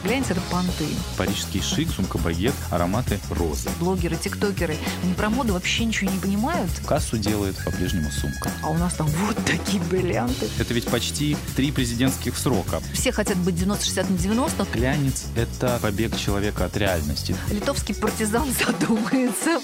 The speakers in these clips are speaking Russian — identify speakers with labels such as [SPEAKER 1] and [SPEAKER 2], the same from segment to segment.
[SPEAKER 1] глянец – это понты.
[SPEAKER 2] Парижский шик, сумка-багет, ароматы розы.
[SPEAKER 1] Блогеры, тиктокеры, они про моду вообще ничего не понимают.
[SPEAKER 2] Кассу делает по-прежнему сумка.
[SPEAKER 1] А у нас там вот такие бриллианты.
[SPEAKER 2] Это ведь почти 3 президентских срока.
[SPEAKER 1] Все хотят быть 90-60 на 90.
[SPEAKER 2] Глянец – это побег человека от реальности.
[SPEAKER 1] Литовский партизан задумается.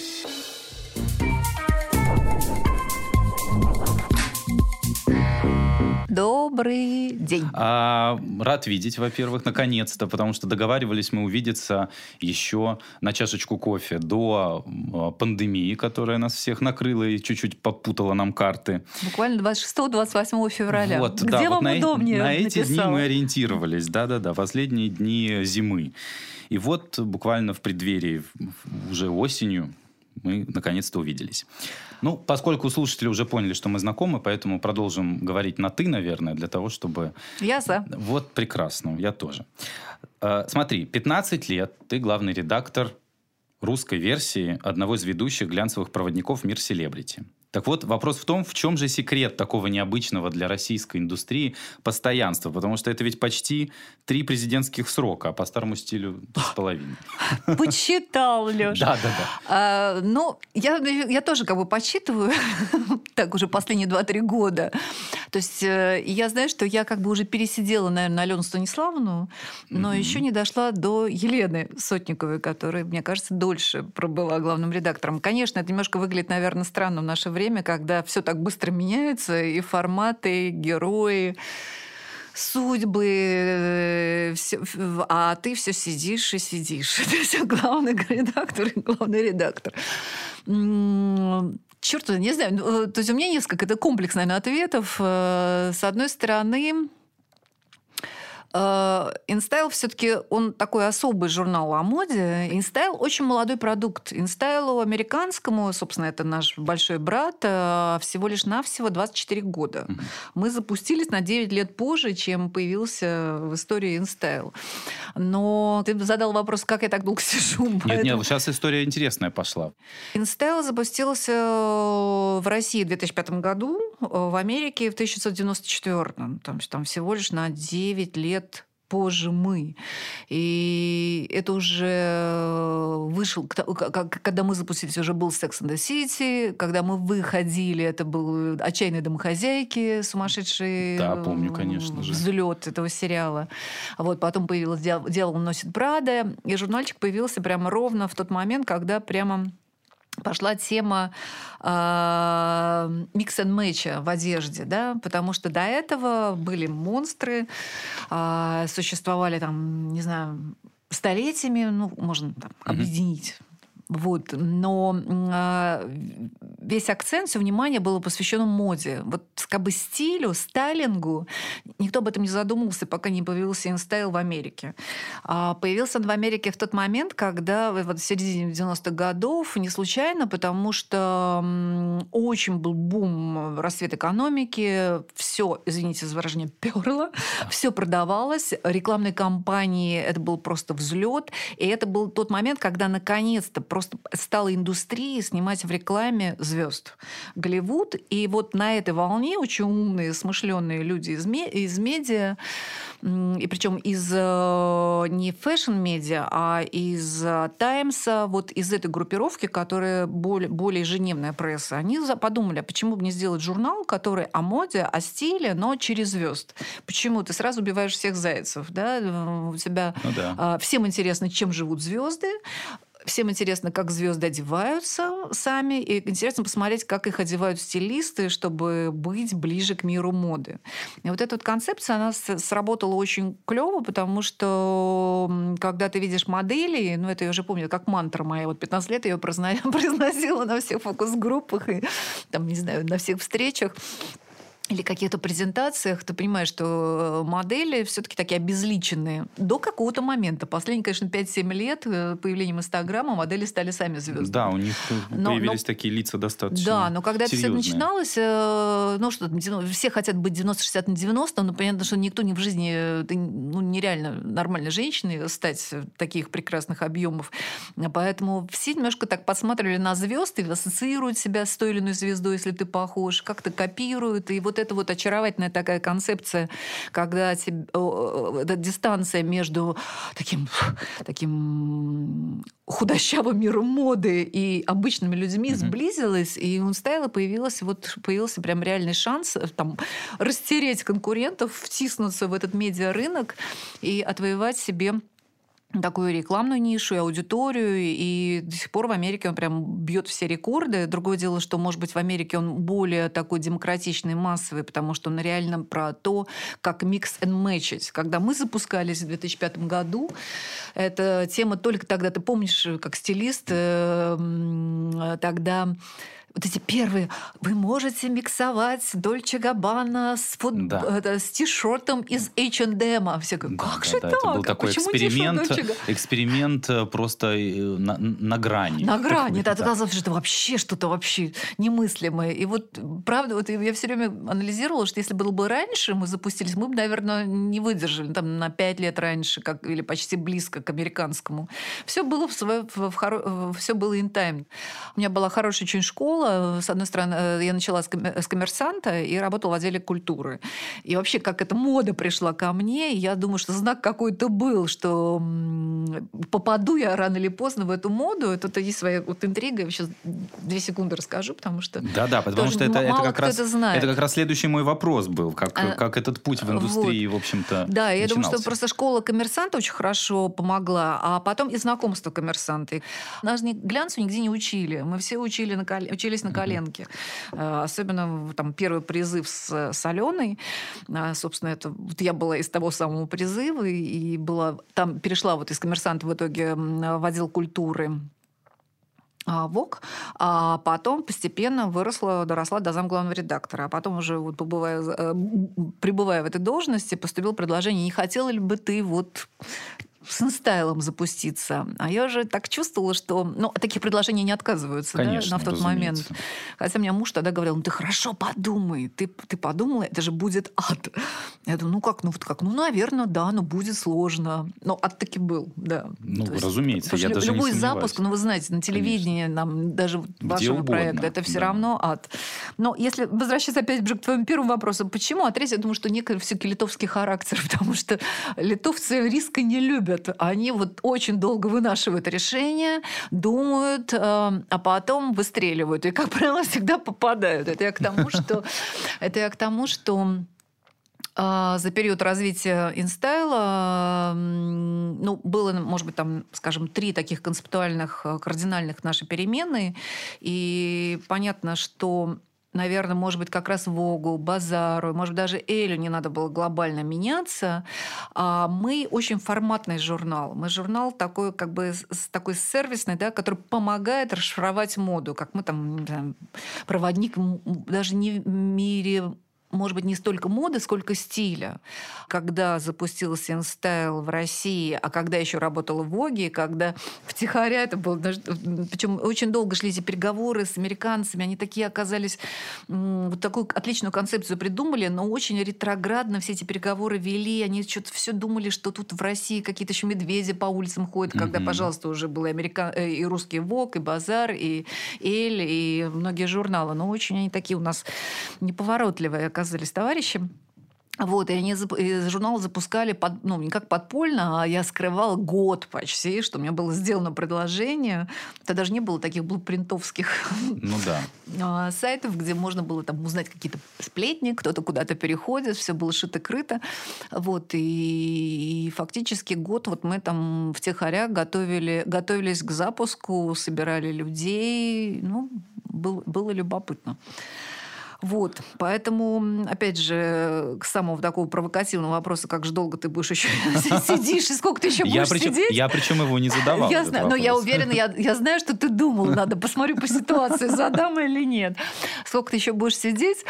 [SPEAKER 1] Добрый день.
[SPEAKER 2] Рад видеть, во-первых, наконец-то, потому что договаривались мы увидеться еще на чашечку кофе до пандемии, которая нас всех накрыла и чуть-чуть попутала нам карты.
[SPEAKER 1] Буквально 26-28 февраля.
[SPEAKER 2] Вот,
[SPEAKER 1] где
[SPEAKER 2] да,
[SPEAKER 1] вам
[SPEAKER 2] вот
[SPEAKER 1] удобнее
[SPEAKER 2] на эти
[SPEAKER 1] написала?
[SPEAKER 2] дни мы ориентировались. Да-да-да, последние дни зимы. И вот буквально в преддверии, уже осенью, мы наконец-то увиделись. Ну, поскольку слушатели уже поняли, что мы знакомы, поэтому продолжим говорить на «ты», наверное, для того, чтобы...
[SPEAKER 1] Я за.
[SPEAKER 2] Вот прекрасно, я тоже. Смотри, 15 лет ты главный редактор русской версии одного из ведущих глянцевых проводников «Мир селебрити». Так вот, вопрос в том, в чем же секрет такого необычного для российской индустрии постоянства? Потому что это ведь почти 3 президентских срока, а по старому стилю 3,5.
[SPEAKER 1] Почитал, Леша.
[SPEAKER 2] Да.
[SPEAKER 1] Ну, я тоже как бы подсчитываю, так уже последние 2-3 года. То есть я знаю, что я как бы уже пересидела, наверное, Алену Станиславовну, но еще не дошла до Елены Сотниковой, которая, мне кажется, дольше пробыла главным редактором. Конечно, это немножко выглядит, наверное, странно в наше время, когда все так быстро меняется, и форматы, и герои, судьбы, а ты все сидишь и сидишь. Ты все главный редактор и главный редактор. Черт, не знаю. То есть у меня несколько, это комплекс, наверное, ответов. С одной стороны, InStyle все-таки он такой особый журнал о моде. InStyle очень молодой продукт. InStyle американскому, собственно, это наш большой брат, всего лишь навсего 24 года. Мы запустились на 9 лет позже, чем появился в истории InStyle. Но ты задал вопрос, как я так долго сижу.
[SPEAKER 2] Нет, сейчас история интересная пошла.
[SPEAKER 1] InStyle запустился в России в 2005 году, в Америке в 1994. Там всего лишь на 9 лет позже мы. И это уже вышел... Когда мы запустились, уже был Sex and the City. Когда мы выходили, это был «Отчаянные домохозяйки», сумасшедший
[SPEAKER 2] помню, конечно же.
[SPEAKER 1] взлет этого сериала. Вот, потом появилось «Дьявол носит Прада». И журнальчик появился прямо ровно в тот момент, когда прямо пошла тема микс-н-мэча в одежде, да, потому что до этого были монстры, существовали там, не знаю, столетиями, ну, можно там объединить. Вот. Но весь акцент, все внимание было посвящено моде. Вот как бы стилю, стайлингу. Никто об этом не задумывался, пока не появился InStyle в Америке. Появился он в Америке в тот момент, когда вот в середине 90-х годов, не случайно, потому что очень был бум, расцвет экономики, все, извините за выражение, перло, все продавалось, рекламные кампании, это был просто взлет, и это был тот момент, когда наконец-то просто стала индустрией снимать в рекламе звезд. Голливуд. И вот на этой волне очень умные, смышленые люди из медиа, и причем из не фэшн-медиа, а из Таймса, вот из этой группировки, которая более ежедневная пресса, они подумали, а почему бы не сделать журнал, который о моде, о стиле, но через звезд? Почему? Ты сразу убиваешь всех зайцев. Да? У тебя всем интересно, чем живут звезды. Всем интересно, как звезды одеваются сами, и интересно посмотреть, как их одевают стилисты, чтобы быть ближе к миру моды. И вот эта вот концепция, она сработала очень клево, потому что когда ты видишь модели, ну это я уже помню, как мантра моя, вот 15 лет я ее произносила на всех фокус-группах и там, не знаю, на всех встречах, или каких-то презентациях, ты понимаешь, что модели все-таки такие обезличенные до какого-то момента. Последние, конечно, 5-7 лет появлением Инстаграма модели стали сами звездами.
[SPEAKER 2] Да, у них появились такие лица достаточно
[SPEAKER 1] Да, но когда
[SPEAKER 2] серьезные.
[SPEAKER 1] это все начиналось, ну что, все хотят быть 90-60 на 90, но понятно, что никто не в жизни, нереально нормальной женщиной стать таких прекрасных объемов. Поэтому все немножко так подсматривали на звезд и ассоциируют себя с той или иной звездой, если ты похож, как-то копируют. И вот вот эта вот очаровательная такая концепция, когда эта дистанция между таким худощавым миром моды и обычными людьми сблизилась, и у InStyle появился прям реальный шанс там растереть конкурентов, втиснуться в этот медиарынок и отвоевать себе такую рекламную нишу и аудиторию, и до сих пор в Америке он прям бьет все рекорды. Другое дело, что, может быть, в Америке он более такой демократичный, массовый, потому что он реально про то, как mix and match. Когда мы запускались в 2005 году, эта тема только тогда, ты помнишь, как стилист, тогда вот эти первые, вы можете миксовать Дольче Габбана с ти-шортом из H&M. Все говорят, как же так?
[SPEAKER 2] Это был такой эксперимент просто на грани.
[SPEAKER 1] На грани. Это оказалось, что это вообще что-то вообще немыслимое. И вот, правда, вот я все время анализировала, что если было бы раньше, мы запустились, мы бы, наверное, не выдержали там, на 5 лет раньше, или почти близко к американскому. Все было все было in time. У меня была хорошая очень школа. С одной стороны, я начала с «Коммерсанта» и работала в отделе культуры. И вообще, как эта мода пришла ко мне, я думаю, что знак какой-то был, что попаду я рано или поздно в эту моду. Это есть своя вот интрига. Я сейчас 2 секунды расскажу, потому что...
[SPEAKER 2] Да, потому что это как раз следующий мой вопрос был. Как этот путь в индустрии, в общем-то,
[SPEAKER 1] Да, я
[SPEAKER 2] начинался.
[SPEAKER 1] думаю, что просто школа «Коммерсанта» очень хорошо помогла, а потом и знакомство «Коммерсанта». Нас глянцу нигде не учили. Мы все учились на коленке. Особенно там первый призыв с Аленой. Собственно, вот я была из того самого призыва и там перешла вот из «Коммерсанта» в итоге в отдел культуры ВОК, а потом постепенно доросла до замглавного редактора. А потом уже вот пребывая в этой должности, поступило предложение, не хотела ли бы ты вот с InStyle запуститься. А я уже так чувствовала, что... от таких предложений не отказываются.
[SPEAKER 2] Конечно,
[SPEAKER 1] в тот момент. Хотя мне муж тогда говорил, ты хорошо подумай. Ты подумала, это же будет ад. Я думаю, наверное, да, но будет сложно. Но ад таки был, да.
[SPEAKER 2] Разумеется, я даже
[SPEAKER 1] любой
[SPEAKER 2] не сомневаюсь.
[SPEAKER 1] запуск, вы знаете, на телевидении, даже вашего проекта, это все равно ад. Но если возвращаться опять к твоему первому вопросу, почему? А третье, я думаю, что некий все-таки литовский характер, потому что литовцы риска не любят. Они вот очень долго вынашивают решения, думают, а потом выстреливают. И, как правило, всегда попадают. Это я к тому, что за период развития InStyle было, может быть, там, скажем, 3 таких концептуальных, кардинальных наши перемены. И понятно, что наверное, может быть, как раз Вогу, Базару, может быть, даже Элю не надо было глобально меняться. Мы очень форматный журнал. Мы журнал такой, как бы, такой сервисный, да, который помогает расшифровать моду. Как мы там проводник даже не в мире... может быть, не столько моды, сколько стиля. Когда запустился InStyle в России, а когда еще работала в Воге, когда втихаря это было... Причем очень долго шли эти переговоры с американцами, они такие оказались... Вот такую отличную концепцию придумали, но очень ретроградно все эти переговоры вели, они что-то все думали, что тут в России какие-то еще медведи по улицам ходят, когда, пожалуйста, уже был и русский Вог, и Базар, и Эль, и многие журналы. Но очень они такие у нас неповоротливые оказались товарищи. Вот, и они журнал запускали не как подпольно, а я скрывала год почти, что у меня было сделано предложение. Это даже не было таких блупринтовских сайтов, где можно было там узнать какие-то сплетни, кто-то куда-то переходит, все было шито-крыто. Вот, и фактически год вот мы там втихаря готовились к запуску, собирали людей. Было любопытно. Вот, поэтому, опять же, к самому такому провокативному вопросу, как же долго ты будешь еще сидишь, и сколько ты еще будешь сидеть?
[SPEAKER 2] Я причем его не задавал.
[SPEAKER 1] Я знаю, но я уверена, я знаю, что ты думал, надо посмотрю по ситуации, задам или нет. Сколько ты еще будешь сидеть?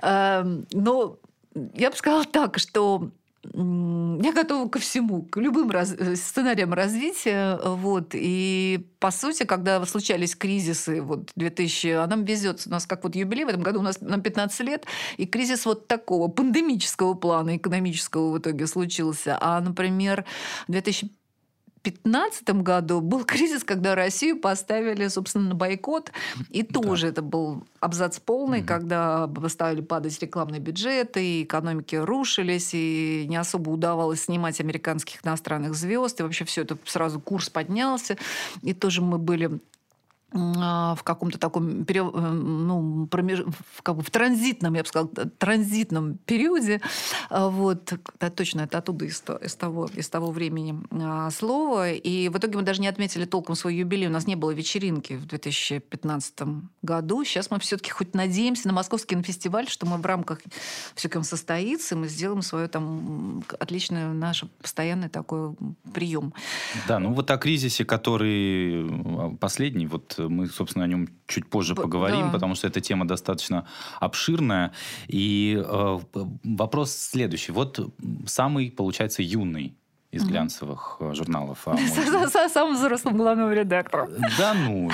[SPEAKER 1] Но я бы сказала так, что я готова ко всему, к любым сценариям развития. Вот. И, по сути, когда случались кризисы, а нам везет, у нас как юбилей в этом году, нам 15 лет, и кризис такого пандемического плана экономического в итоге случился. А, например, в 2005 2015 году был кризис, когда Россию поставили, собственно, на бойкот. И тоже это был абзац полный, когда стали падать рекламные бюджеты, и экономики рушились, и не особо удавалось снимать американских иностранных звезд. И вообще все это сразу курс поднялся. И тоже мы были в каком-то таком в транзитном, я бы сказала, транзитном периоде. Вот, точно, это оттуда из того времени слово. И в итоге мы даже не отметили толком свой юбилей. У нас не было вечеринки в 2015 году. Сейчас мы все-таки хоть надеемся на Московский кинофестиваль, что мы в рамках все-таки он состоится, и мы сделаем свое там отличное, наш постоянный такой прием.
[SPEAKER 2] Да, ну вот о кризисе, который последний, вот мы, собственно, о нем чуть позже поговорим, потому что эта тема достаточно обширная. И вопрос следующий. Вот самый, получается, юный из глянцевых журналов.
[SPEAKER 1] Самым взрослым главным редактором.
[SPEAKER 2] Да, ну,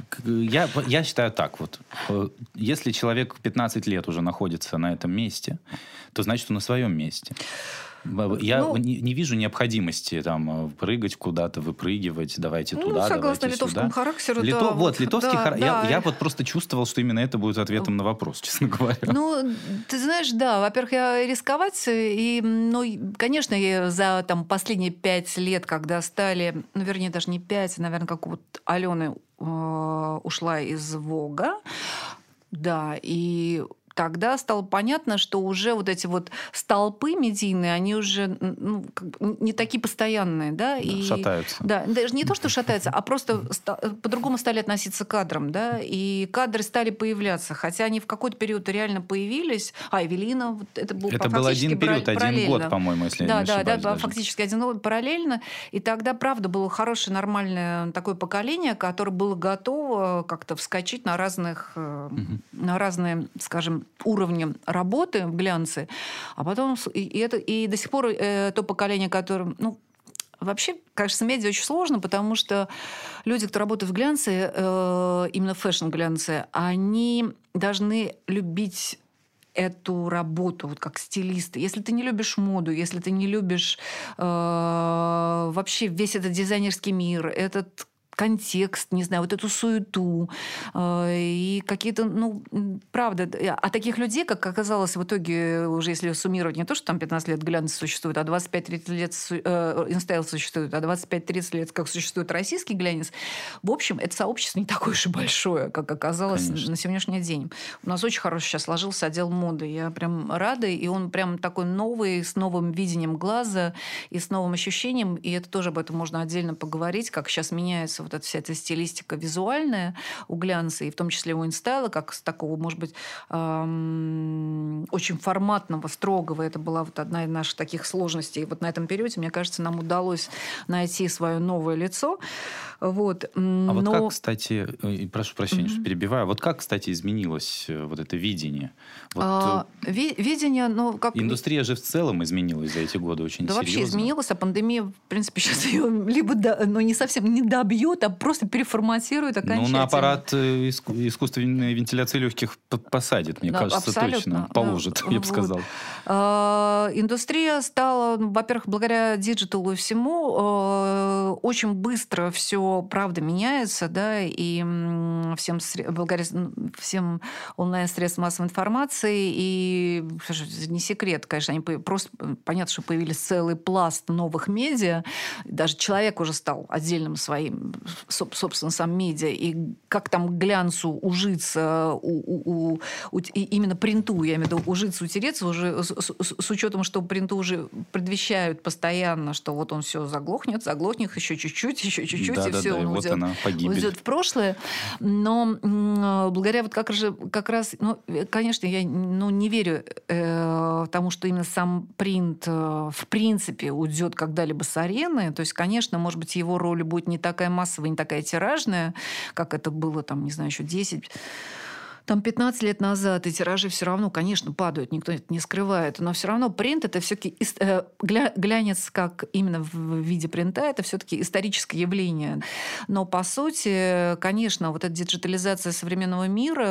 [SPEAKER 2] я считаю так вот. Если человек 15 лет уже находится на этом месте, то значит, он на своем месте. Я не вижу необходимости там прыгать куда-то, выпрыгивать, давайте туда,
[SPEAKER 1] согласно
[SPEAKER 2] давайте
[SPEAKER 1] литовскому
[SPEAKER 2] сюда.
[SPEAKER 1] характеру.
[SPEAKER 2] Литовский характер.
[SPEAKER 1] Да.
[SPEAKER 2] Я вот просто чувствовал, что именно это будет ответом на вопрос, честно говоря.
[SPEAKER 1] Ну, ты знаешь, да, во-первых, я рисковать, и, конечно, я за там, последние 5 лет, когда стали, вернее, даже не 5, наверное, как вот Алена ушла из ВОГа, да, и тогда стало понятно, что уже вот эти вот столпы медийные, они уже не такие постоянные, да, и
[SPEAKER 2] шатаются.
[SPEAKER 1] Да, даже не то, что шатаются, а просто по-другому стали относиться к кадрам, да, и кадры стали появляться, хотя они в какой-то период реально появились. Эвелина, это был
[SPEAKER 2] один период, один год, по-моему, если я не ошибаюсь. Да,
[SPEAKER 1] фактически один год параллельно, и тогда, правда, было хорошее, нормальное такое поколение, которое было готово как-то вскочить на разные, скажем, уровнем работы в глянце, а потом и до сих пор то поколение, которое, вообще, кажется, медиа очень сложно, потому что люди, кто работает в глянце, именно в фэшн-глянце, они должны любить эту работу, вот как стилисты. Если ты не любишь моду, если ты не любишь вообще весь этот дизайнерский мир, этот контекст, не знаю, вот эту суету и какие-то, правда, а таких людей, как оказалось в итоге, уже если суммировать, не то, что там 15 лет глянец существует, а 25-30 лет инстайл существует, а 25-30 лет как существует российский глянец, в общем, это сообщество не такое уж и большое, как оказалось на сегодняшний день. У нас очень хороший сейчас сложился отдел моды, я прям рада, и он прям такой новый, с новым видением глаза и с новым ощущением, и это тоже об этом можно отдельно поговорить, как сейчас меняется вот эта вся эта стилистика визуальная у глянца, и в том числе у инстайла, как с такого, может быть, очень форматного, строгого. Это была вот одна из наших таких сложностей. И вот на этом периоде, мне кажется, нам удалось найти свое новое лицо. Вот.
[SPEAKER 2] Вот как, кстати, прошу прощения, что перебиваю, вот как, кстати, изменилось вот это видение?
[SPEAKER 1] Видение, как...
[SPEAKER 2] Индустрия же в целом изменилась за эти годы очень серьезно.
[SPEAKER 1] Да вообще изменилась, а пандемия, в принципе, сейчас ее либо не совсем не добьет, а просто переформатирует окончательно.
[SPEAKER 2] На аппарат искусственной вентиляции легких посадит, мне кажется,
[SPEAKER 1] абсолютно,
[SPEAKER 2] точно. Положит, я бы сказал.
[SPEAKER 1] Индустрия стала, во-первых, благодаря диджиталу и всему, очень быстро все, правда, меняется, да, и благодаря всем онлайн-средствам массовой информации, и не секрет, конечно, просто понятно, что появились целый пласт новых медиа, даже человек уже стал отдельным своим, собственно, сам медиа, и как там глянцу ужиться, именно принту, я имею в виду, ужиться, утереться, уже с учетом, что принту уже предвещают постоянно, что вот он все заглохнет еще чуть-чуть, и все, он уйдет в прошлое. Но благодаря вот как раз, конечно, я не верю тому, что именно сам принт в принципе уйдет когда-либо с арены. То есть, конечно, может быть, его роль будет не такая массовая, не такая тиражная, как это было, там, не знаю, еще 10 Там 15 лет назад, и тиражи все равно, конечно, падают, никто это не скрывает, но все равно принт — это все-таки глянец, как именно в виде принта, это все-таки историческое явление. Но, по сути, конечно, вот эта диджитализация современного мира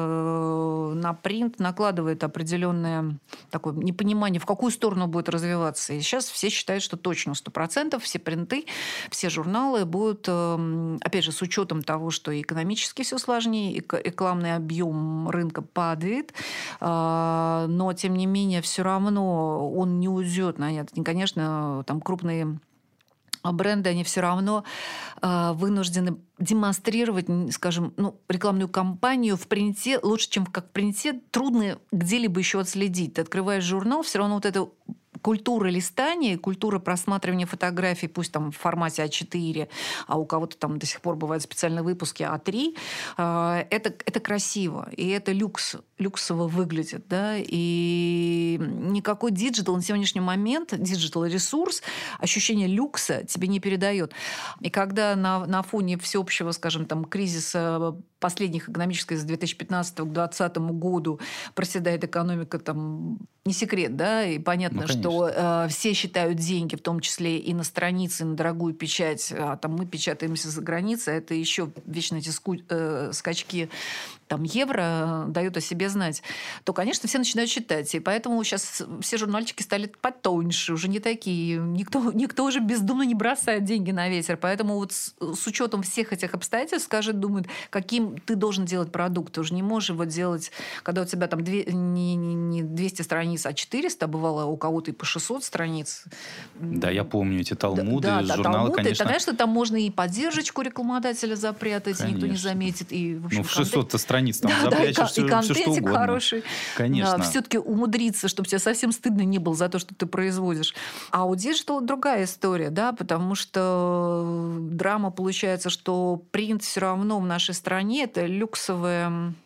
[SPEAKER 1] на принт накладывает определенное такое непонимание, в какую сторону будет развиваться. И сейчас все считают, что точно 100% все принты, все журналы будут, опять же, с учетом того, что и экономически все сложнее, и рекламный объем рынка падает, но, тем не менее, все равно он не уйдет на нет. И, конечно, там крупные бренды, они все равно вынуждены демонстрировать, скажем, рекламную кампанию в принте лучше, чем как в принте, трудно где-либо еще отследить. Ты открываешь журнал, все равно вот это культура листания, культура просматривания фотографий, пусть там в формате А4, а у кого-то там до сих пор бывают специальные выпуски А3, это красиво, и это люксово выглядит, да, и никакой диджитал на сегодняшний момент, диджитал-ресурс, ощущение люкса тебе не передает. И когда на фоне всеобщего, скажем, там, кризиса последних экономических с 2015 к 2020 году проседает экономика, там, не секрет, да, и понятно, что все считают деньги, в том числе и на странице, на дорогую печать, а там мы печатаемся за границей, это еще вечно эти скачки там, евро дают о себе знать, то, конечно, все начинают читать. И поэтому сейчас все журнальчики стали потоньше, уже не такие. Никто уже бездумно не бросает деньги на ветер. Поэтому вот с учетом всех этих обстоятельств, скажет, думает, каким ты должен делать продукт. Ты уже не можешь его делать, когда у тебя там не 200 страниц, а 400, бывало у кого-то и по 600 страниц.
[SPEAKER 2] Да, я помню эти талмуды, журналы,
[SPEAKER 1] талмуды.
[SPEAKER 2] конечно.
[SPEAKER 1] Конечно, там можно и поддержку рекламодателя запрятать, и никто не заметит. И, в общем,
[SPEAKER 2] в 600 страниц там запрячешь все,
[SPEAKER 1] и контентик хороший.
[SPEAKER 2] Конечно.
[SPEAKER 1] Все-таки умудриться, чтобы тебе совсем стыдно не было за то, что ты производишь. А у диджитала другая история, да, потому что драма получается, что принт все равно в нашей стране — это люксовая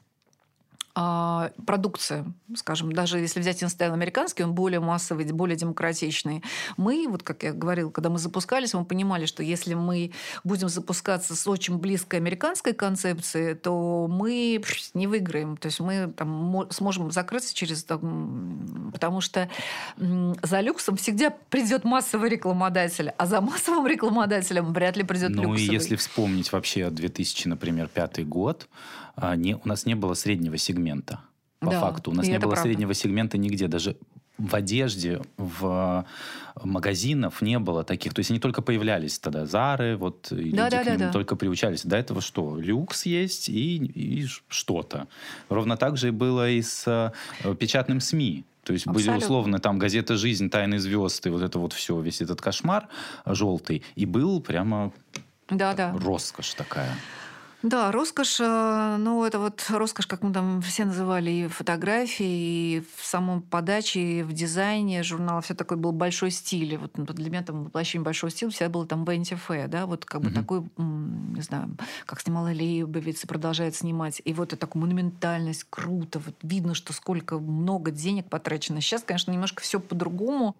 [SPEAKER 1] продукция, скажем, даже если взять InStyle американский, он более массовый, более демократичный. Мы, вот как я говорила, когда мы запускались, мы понимали, что если мы будем запускаться с очень близкой американской концепцией, то мы не выиграем. То есть мы там сможем закрыться через... Потому что за люксом всегда придет массовый рекламодатель, а за массовым рекламодателем вряд ли придет люксовый.
[SPEAKER 2] Ну и если вспомнить вообще 2000, например, 5 год, у нас не было среднего сегмента. По факту. У нас не было среднего сегмента нигде. Даже в одежде, в магазинах не было таких. То есть они только появлялись тогда. Зары, вот, и люди к ним только приучались. До этого что? Люкс есть и что-то. Ровно так же и было и с печатным СМИ. То есть были условно там газета «Жизнь», «Тайны звезд» и вот это вот все, весь этот кошмар желтый. И был прямо роскошь такая.
[SPEAKER 1] Да, роскошь, это вот роскошь, как мы там все называли, и в фотографии, и в самом подаче, и в дизайне журнала. Все такой был большой стиль. И вот для меня там воплощение большого стиля всегда было там Vanity Fair, да, вот как бы такой, не знаю, как снимала Лейбовиц и продолжает снимать. И вот это такая монументальность, круто, вот видно, что сколько много денег потрачено. Сейчас, конечно, немножко все по-другому.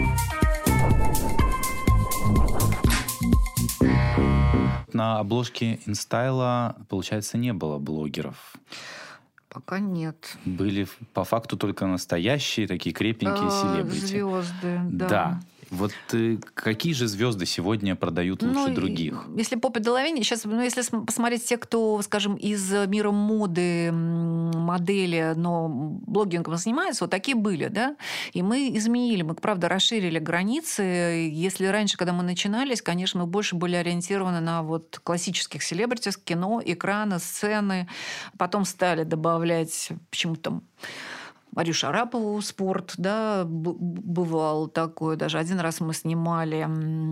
[SPEAKER 2] На обложке InStyle, получается, не было блогеров.
[SPEAKER 1] Пока нет.
[SPEAKER 2] Были по факту только настоящие такие крепенькие селебрити.
[SPEAKER 1] Звезды, да.
[SPEAKER 2] Да. Вот какие же звезды сегодня продают лучше других?
[SPEAKER 1] Если Поппи Делавини, сейчас, если посмотреть тех, кто, скажем, из мира моды, модели, но блогингом занимается, вот такие были, да? И мы изменили, мы, правда, расширили границы. Если раньше, когда мы начинались, конечно, мы больше были ориентированы на вот классических селебритис, кино, экраны, сцены. Потом стали добавлять почему-то там Марию Шарапову, спорт, да, бывал такое. Даже один раз мы снимали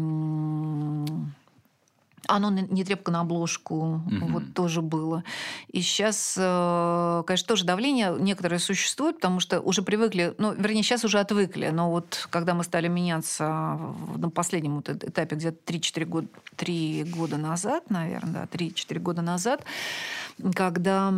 [SPEAKER 1] не трепка на обложку, вот тоже было. И сейчас, конечно, тоже давление некоторое существует, потому что уже привыкли, сейчас уже отвыкли, но вот когда мы стали меняться на последнем этапе, где-то 3 года назад, наверное, 3-4 года назад, когда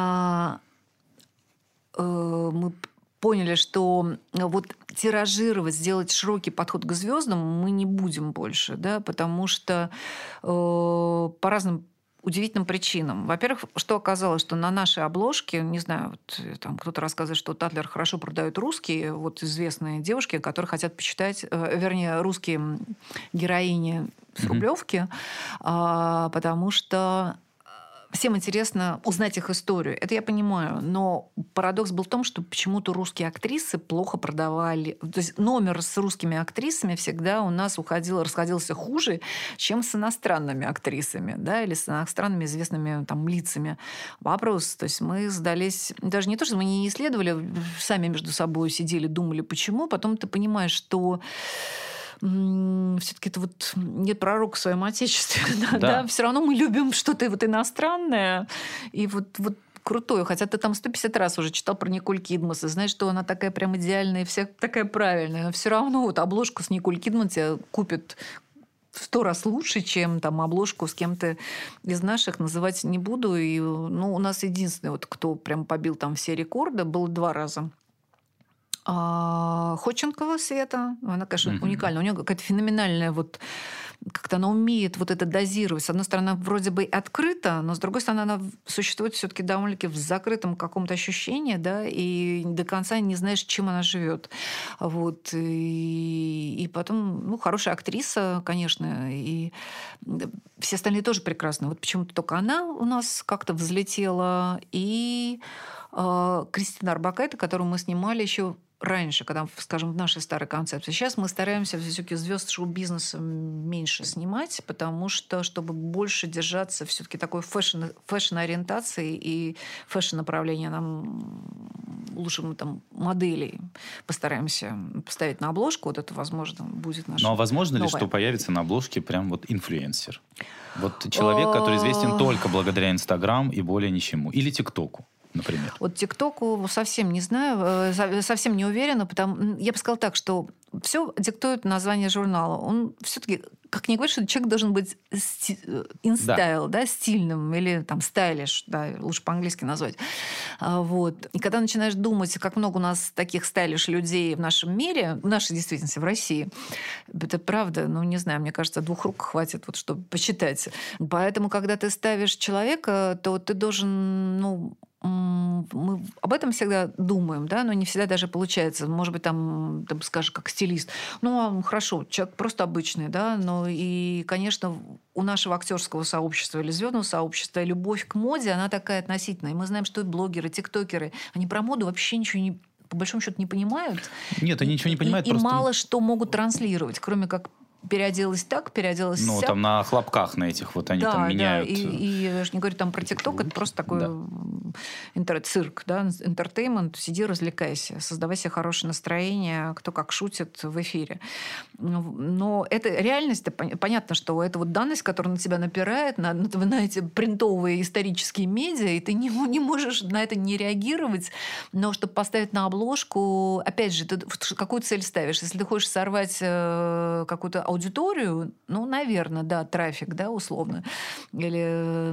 [SPEAKER 1] мы поняли, что вот тиражировать, сделать широкий подход к звездам мы не будем больше, да, потому что по разным удивительным причинам. Во-первых, что оказалось, что на нашей обложке, не знаю, вот, там кто-то рассказывает, что Татлер хорошо продают русские, вот известные девушки, которые хотят почитать, вернее, русские героини с Рублевки, потому что всем интересно узнать их историю. Это я понимаю. Но парадокс был в том, что почему-то русские актрисы плохо продавали. То есть номер с русскими актрисами всегда у нас расходился хуже, чем с иностранными актрисами, да, или с иностранными известными там лицами. Вопрос. То есть мы сдались... Даже не то, что мы не исследовали, сами между собой сидели, думали, почему. Потом ты понимаешь, что все-таки это вот нет пророка в своем отечестве. Да. Все равно мы любим что-то вот иностранное. И вот крутое. Хотя ты там 150 раз уже читал про Николь Кидман, и знаешь, что она такая прям идеальная, и вся такая правильная. Но все равно вот обложку с Николь Кидман тебе купят в 100 раз лучше, чем там обложку с кем-то из наших. Называть не буду. И, у нас единственный, вот, кто прям побил там все рекорды, было 2 раза. Ходченкова Света, она, конечно, уникальна. У нее какая-то феноменальная вот... Как-то она умеет вот это дозировать. С одной стороны, вроде бы открыто, но с другой стороны, она существует все-таки довольно-таки в закрытом каком-то ощущении, да, и до конца не знаешь, чем она живет. Вот. И потом, хорошая актриса, конечно, и все остальные тоже прекрасны. Вот почему-то только она у нас как-то взлетела. И Кристина Орбакайте, которую мы снимали еще раньше, когда, скажем, в нашей старой концепции. Сейчас мы стараемся все-таки звезд шоу-бизнеса меньше снимать, потому что, чтобы больше держаться все-таки такой фэшн-ориентации и фэшн-направления, нам лучше мы там моделей постараемся поставить на обложку. Вот это, возможно, будет наше.
[SPEAKER 2] Ну, а возможно ли, что появится на обложке прям вот инфлюенсер? Вот человек, который известен только благодаря Инстаграм и более ничему. Или ТикТоку, например.
[SPEAKER 1] Вот ТикТоку совсем не знаю, совсем не уверена. Я бы сказала так, что все диктует название журнала. Он все-таки, как ни говорит, что человек должен быть инстайл, да, стильным или там стайлиш, да, лучше по-английски назвать. Вот. И когда начинаешь думать, как много у нас таких стайлиш людей в нашем мире, в нашей действительности, в России, это правда, не знаю, мне кажется, 2 рук хватит, вот, чтобы посчитать. Поэтому, когда ты ставишь человека, то ты должен, мы об этом всегда думаем, да, но не всегда даже получается. Может быть, там скажешь, как стилист. Хорошо, человек просто обычный, да, но и, конечно, у нашего актерского сообщества или звездного сообщества любовь к моде, она такая относительная. И мы знаем, что и блогеры, тиктокеры, они про моду вообще ничего по большому счету не понимают.
[SPEAKER 2] Нет, они ничего не понимают.
[SPEAKER 1] И мало что могут транслировать, кроме как переоделась так, переоделась сяк.
[SPEAKER 2] Там на хлопках на этих вот они там меняют.
[SPEAKER 1] Да, и я же не говорю там про ТикТок, это просто такой цирк, да, энтертеймент. Сиди, развлекайся, создавай себе хорошее настроение, кто как шутит в эфире. Но это реальность, понятно, что это вот данность, которая на тебя напирает, на эти принтовые исторические медиа, и ты не можешь на это не реагировать, но чтобы поставить на обложку, опять же, ты какую цель ставишь? Если ты хочешь сорвать какую-то аудиторию, наверное, да, трафик, да, условно. Или,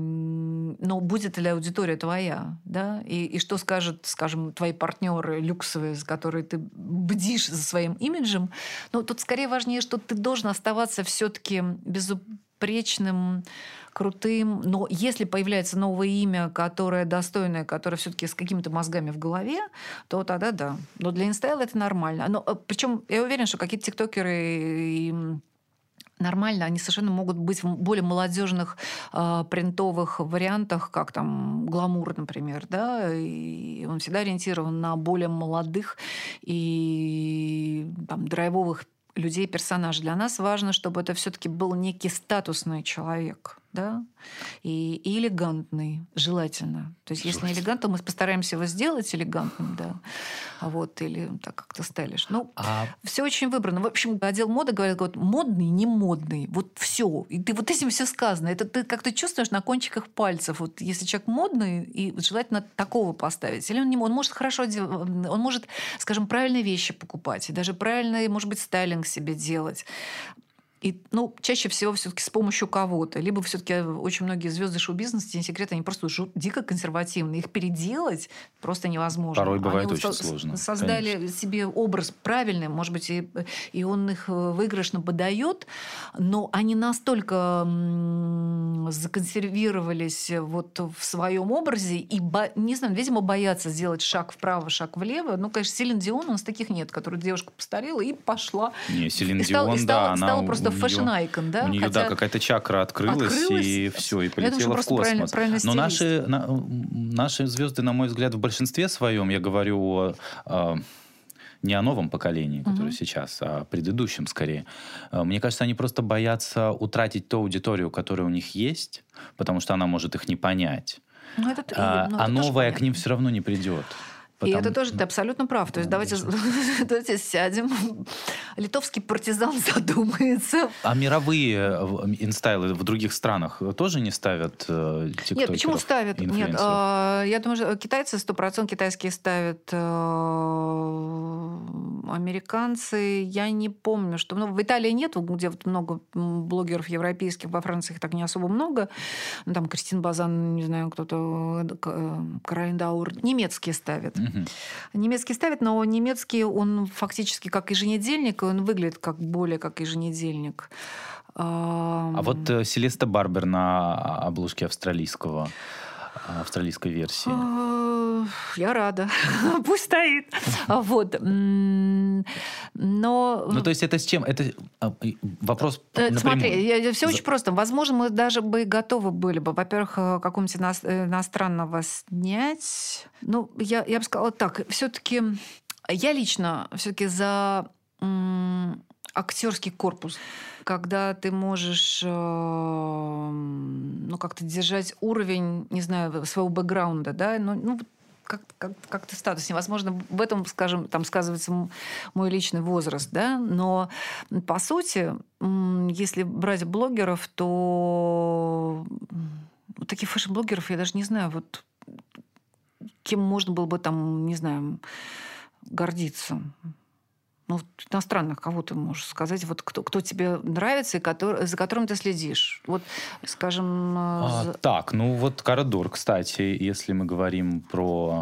[SPEAKER 1] но будет ли аудитория твоя, да? И что скажут, скажем, твои партнеры люксовые, с которыми ты бдишь за своим имиджем? Тут скорее важнее, что ты должен оставаться все-таки безупречным, крутым. Но если появляется новое имя, которое достойное, которое все-таки с какими-то мозгами в голове, то тогда да. Но для инстайла это нормально. Причем я уверена, что какие-то тиктокеры нормально, они совершенно могут быть в более молодежных принтовых вариантах, как там гламур, например, да, и он всегда ориентирован на более молодых и там драйвовых людей, персонажей. Для нас важно, чтобы это все-таки был некий статусный человек, да, и элегантный, желательно. То есть, если не элегантный, то мы постараемся его сделать элегантным, да, или так как-то стайлиш. Все очень выбрано. В общем, отдел моды говорит, вот модный, не модный, вот все. И ты вот этим все сказано. Это ты как-то чувствуешь на кончиках пальцев. Вот если человек модный, и желательно такого поставить. Или он может хорошо он может, скажем, правильные вещи покупать, и даже правильный, может быть, стайлинг себе делать. И, чаще всего все-таки с помощью кого-то. Либо все-таки очень многие звезды шоу-бизнеса, не секрет, они просто дико консервативны. Их переделать просто невозможно.
[SPEAKER 2] Порой бывает очень сложно.
[SPEAKER 1] Создали
[SPEAKER 2] конечно.
[SPEAKER 1] себе образ правильный, может быть, и он их выигрышно подает, но они настолько законсервировались вот в своем образе и, не знаю, видимо, боятся сделать шаг вправо, шаг влево. Ну, конечно, Селин Дион, у нас таких нет, которая девушка постарела и пошла.
[SPEAKER 2] Не, Селин Дион,
[SPEAKER 1] стала просто фэшн-айкон, да?
[SPEAKER 2] У нее, да, какая-то чакра открылась и все, и полетела в космос. Но наши звезды, на мой взгляд, в большинстве своем, я говорю не о новом поколении, которое сейчас, а о предыдущем скорее. Мне кажется, они просто боятся утратить ту аудиторию, которая у них есть, потому что она может их не понять. А новая к ним все равно не придет.
[SPEAKER 1] И это тоже ты абсолютно прав. То есть давайте сядем. Литовский партизан задумается.
[SPEAKER 2] А мировые инстайлы в других странах тоже не ставят тиктокеров?
[SPEAKER 1] Нет, почему ставят? Нет, я думаю, что китайцы 100% китайские ставят. Американцы, я не помню, что... Ну, в Италии нет, где вот много блогеров европейских, во Франции их так не особо много. Ну, там Кристин Базан, не знаю, кто-то, Каролин Даур. Немецкие ставят. Немецкий ставит, но немецкий, он фактически как еженедельник, он выглядит более как еженедельник.
[SPEAKER 2] А вот Селеста Барбер на обложке австралийской версии.
[SPEAKER 1] Я рада. Пусть стоит. Вот. Но...
[SPEAKER 2] Ну, то есть это с чем? Это вопрос напрямую.
[SPEAKER 1] Смотри, все очень просто. Возможно, мы даже бы готовы были бы, во-первых, какого-нибудь иностранного снять. Ну, я бы сказала так. Все-таки я лично все-таки за актерский корпус, когда ты можешь как-то держать уровень, не знаю, своего бэкграунда, да, как-то статус. Невозможно в этом, скажем, там сказывается мой личный возраст, да, но по сути, если брать блогеров, то таких фэшн-блогеров я даже не знаю, вот кем можно было бы там, не знаю, гордиться. Ну, иностранных, кого ты можешь сказать, вот кто тебе нравится и за которым ты следишь. Вот, скажем...
[SPEAKER 2] Так, ну вот Кара Дор, кстати, если мы говорим про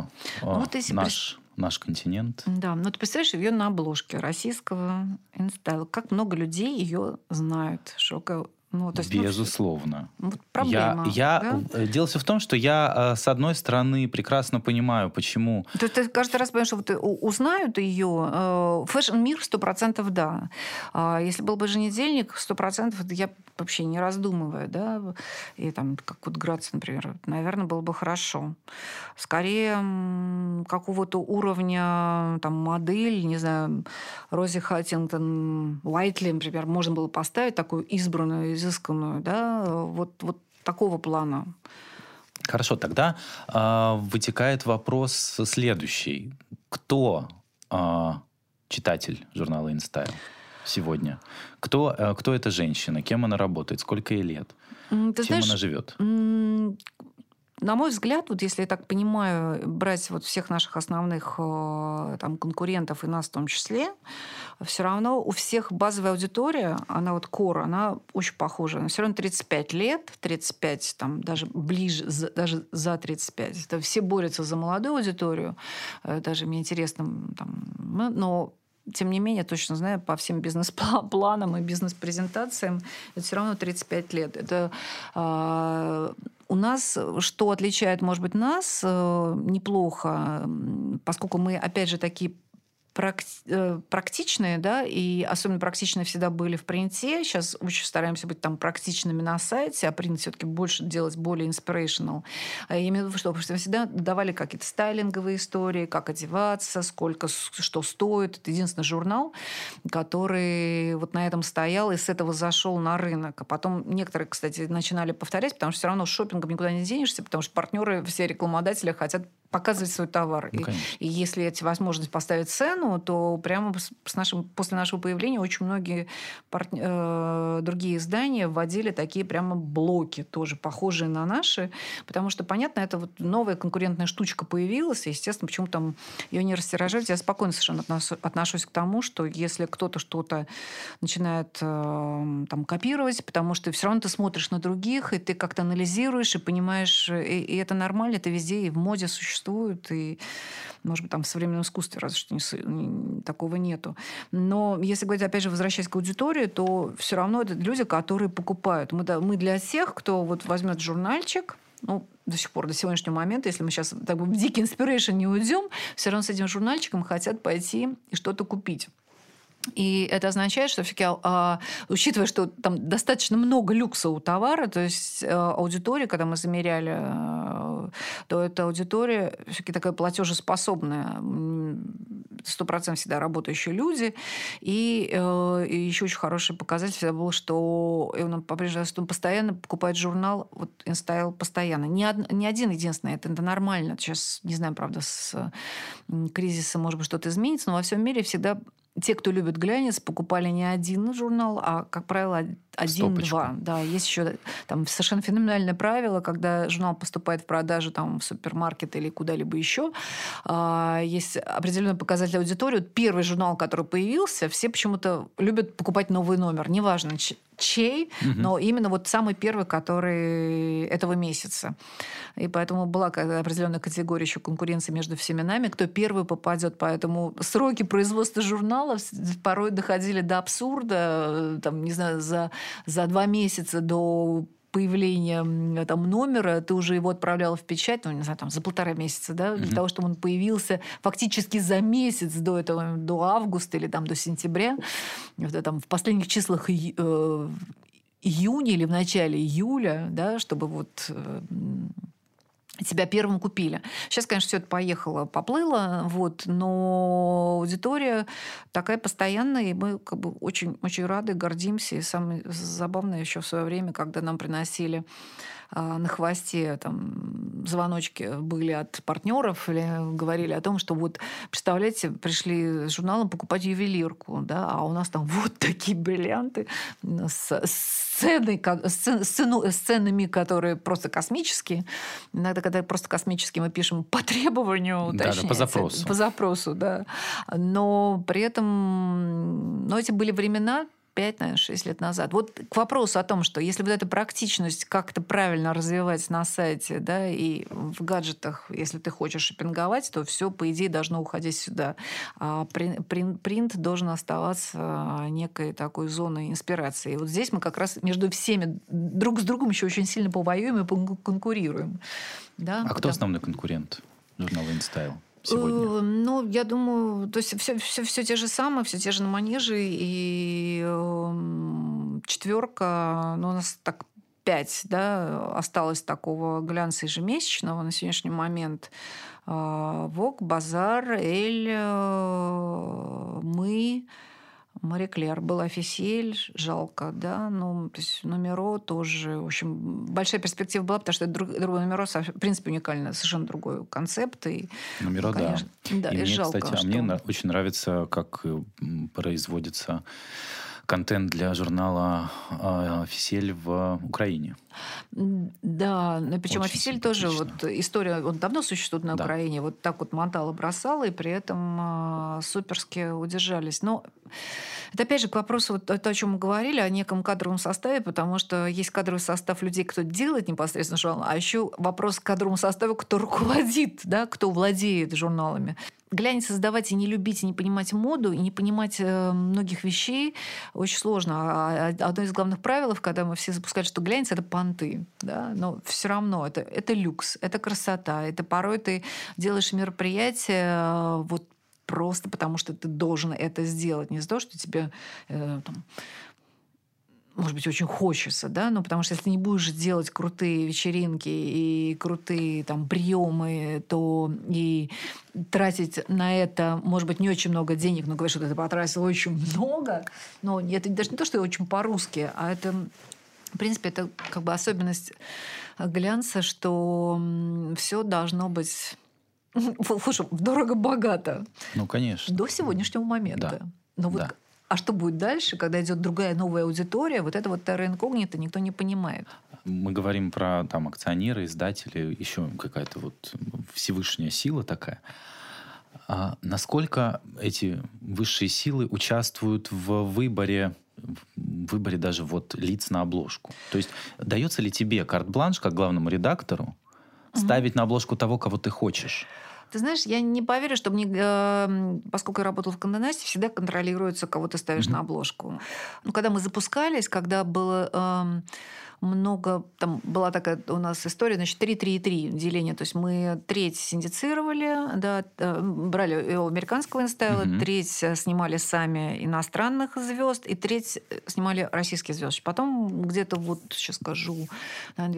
[SPEAKER 2] наш континент.
[SPEAKER 1] Да, ну ты представляешь, ее на обложке российского инстайла. Как много людей ее знают. Ну, то есть,
[SPEAKER 2] безусловно.
[SPEAKER 1] Вот проблема.
[SPEAKER 2] Дело все в том, что я, с одной стороны, прекрасно понимаю, почему...
[SPEAKER 1] То есть ты каждый раз понимаешь, что вот узнают ее. Фэшн-мир 100% да. Если был бы еженедельник, 100% я вообще не раздумываю, да, и там, как вот Грац, например, наверное, было бы хорошо. Скорее, какого-то уровня там модель, не знаю, Рози Хаттингтон, Уайтли, например, можно было поставить такую избранную, изысканную, да, вот такого плана.
[SPEAKER 2] Хорошо, тогда вытекает вопрос следующий. Кто читатель журнала InStyle сегодня? Кто эта женщина? Кем она работает? Сколько ей лет? Чем она живет?
[SPEAKER 1] На мой взгляд, вот если я так понимаю, брать вот всех наших основных там, конкурентов и нас в том числе, все равно у всех базовая аудитория, она вот core, она очень похожа. Она все равно 35 лет, 35, там, даже ближе, даже за 35. Это все борются за молодую аудиторию. Даже мне интересно, там, но тем не менее, точно знаю, по всем бизнес-планам и бизнес-презентациям, это все равно 35 лет. Это у нас, что отличает, может быть, нас неплохо, поскольку мы, опять же, такие практичные, да, и особенно практичные всегда были в принте. Сейчас очень стараемся быть там практичными на сайте, а принт все-таки больше делать более inspirational. Я имею в виду, что всегда давали какие-то стайлинговые истории, как одеваться, сколько, что стоит. Это единственный журнал, который вот на этом стоял и с этого зашел на рынок. А потом некоторые, кстати, начинали повторять, потому что все равно шопингом никуда не денешься, потому что партнеры, все рекламодатели хотят показывать свой товар. Ну, и если есть возможность поставить цену, то прямо после нашего появления очень многие другие издания вводили такие прямо блоки, тоже похожие на наши, потому что, понятно, это вот новая конкурентная штучка появилась, и, естественно, почему там ее не растиражировать. Я спокойно совершенно отношусь к тому, что если кто-то что-то начинает там копировать, потому что все равно ты смотришь на других, и ты как-то анализируешь, и понимаешь, и это нормально, это везде и в моде существует, и, может быть, там в современном искусстве разве что такого нету. Но если говорить, опять же, возвращаясь к аудитории, то все равно это люди, которые покупают. Мы для тех, кто вот возьмет журнальчик, до сих пор, до сегодняшнего момента, если мы сейчас так бы в дикий инспирейшн не уйдем, все равно с этим журнальчиком хотят пойти и что-то купить. И это означает, что все-таки, учитывая, что там достаточно много люкса у товара, то есть аудитория, когда мы замеряли, то эта аудитория все-таки такая платежеспособная, 100% всегда работающие люди. И еще очень хороший показатель всегда был, что он по-прежнему постоянно покупает журнал InStyle постоянно. Не один единственный, это нормально. Сейчас, не знаю, правда, с кризисом, может быть, что-то изменится, но во всем мире всегда те, кто любит глянец, покупали не один журнал, а, как правило, один-два. Да, есть еще там совершенно феноменальное правило, когда журнал поступает в продажу там, в супермаркет или куда-либо еще. Есть определенный показатель аудитории. Первый журнал, который появился, все почему-то любят покупать новый номер. Неважно, чей, но именно вот самый первый, который этого месяца. И поэтому была определенная категория еще конкуренции между всеми нами, кто первый попадет. Поэтому сроки производства журналов порой доходили до абсурда. Там, не знаю, за 2 месяца до появления там, номера ты уже его отправляла в печать, не знаю, там, за 1,5 месяца, да, для того, чтобы он появился фактически за месяц до этого, до августа или там, до сентября. Там, в последних числах июня или в начале июля, да, чтобы тебя первым купили. Сейчас, конечно, все это поплыло, но аудитория такая постоянная, и мы как бы очень, очень рады, гордимся. И самое забавное еще в свое время, когда нам приносили на хвосте там, звоночки были от партнеров или говорили о том, что представляете, пришли с журналом покупать ювелирку, да, а у нас там вот такие бриллианты с ценами, которые просто космические. Иногда, когда просто космические, мы пишем по требованию,
[SPEAKER 2] да, по запросу.
[SPEAKER 1] По запросу, да. Но при этом, эти были времена, 5, наверное, 6 лет назад. К вопросу о том, что если эту практичность как-то правильно развивать на сайте, да, и в гаджетах, если ты хочешь шопинговать, то все, по идее, должно уходить сюда. А принт должен оставаться некой такой зоной инспирации. И здесь мы как раз между всеми друг с другом еще очень сильно повоюем и конкурируем. Да?
[SPEAKER 2] Кто основной конкурент журнала InStyle? Сегодня?
[SPEAKER 1] Я думаю, то есть все те же самые, все те же на манеже, и четверка, у нас так 5, да, осталось такого глянца ежемесячного на сегодняшний момент. Vogue, Базар, Эль, мы, Мари Клер, был Офисель, жалко, да, то есть Номеро тоже, в общем, большая перспектива была, потому что другой Номеро, в принципе, уникально, совершенно другой концепт. И,
[SPEAKER 2] Номеро, конечно, да. И мне,
[SPEAKER 1] жалко,
[SPEAKER 2] кстати, мне очень нравится, как производится контент для журнала «Офисель» в Украине.
[SPEAKER 1] Да, причем «Офисель» тоже история, он давно существует на Украине, так мотала, бросала, и при этом суперски удержались. Но это опять же к вопросу, о чем мы говорили, о неком кадровом составе, потому что есть кадровый состав людей, кто делает непосредственно журнал, а еще вопрос к кадровому составу, кто руководит, да, кто владеет журналами. Глянец создавать и не любить, и не понимать моду, и не понимать многих вещей очень сложно. Одно из главных правил, когда мы все запускали, что глянец — это понты. Да? Но все равно это люкс, это красота. Это порой ты делаешь мероприятие просто потому, что ты должен это сделать. Не из-за того, что тебе может быть, очень хочется, да, потому что если ты не будешь делать крутые вечеринки и крутые там приемы, то и тратить на это, может быть, не очень много денег, но говоришь, что ты потратил очень много, но это даже не то, что очень по-русски, а это, в принципе, это как бы особенность глянца, что все должно быть, слушай, дорого-богато.
[SPEAKER 2] Конечно.
[SPEAKER 1] До сегодняшнего момента.
[SPEAKER 2] Да.
[SPEAKER 1] Но а что будет дальше, когда идет другая новая аудитория? Это терра инкогнито никто не понимает.
[SPEAKER 2] Мы говорим про акционеры, издатели, еще какая-то всевышняя сила такая. А насколько эти высшие силы участвуют в выборе даже лиц на обложку? То есть дается ли тебе карт-бланш, как главному редактору, ставить на обложку того, кого ты хочешь?
[SPEAKER 1] Ты знаешь, я не поверю, что мне, поскольку я работала в Condé Nast, всегда контролируется, кого ты ставишь на обложку. Ну, когда мы запускались, когда было много... Там была такая у нас история, значит, 3-3-3 деление. То есть мы треть синдицировали, да, брали у американского инстайла, треть снимали сами иностранных звезд, и треть снимали российские звезды. Потом где-то вот, сейчас скажу, в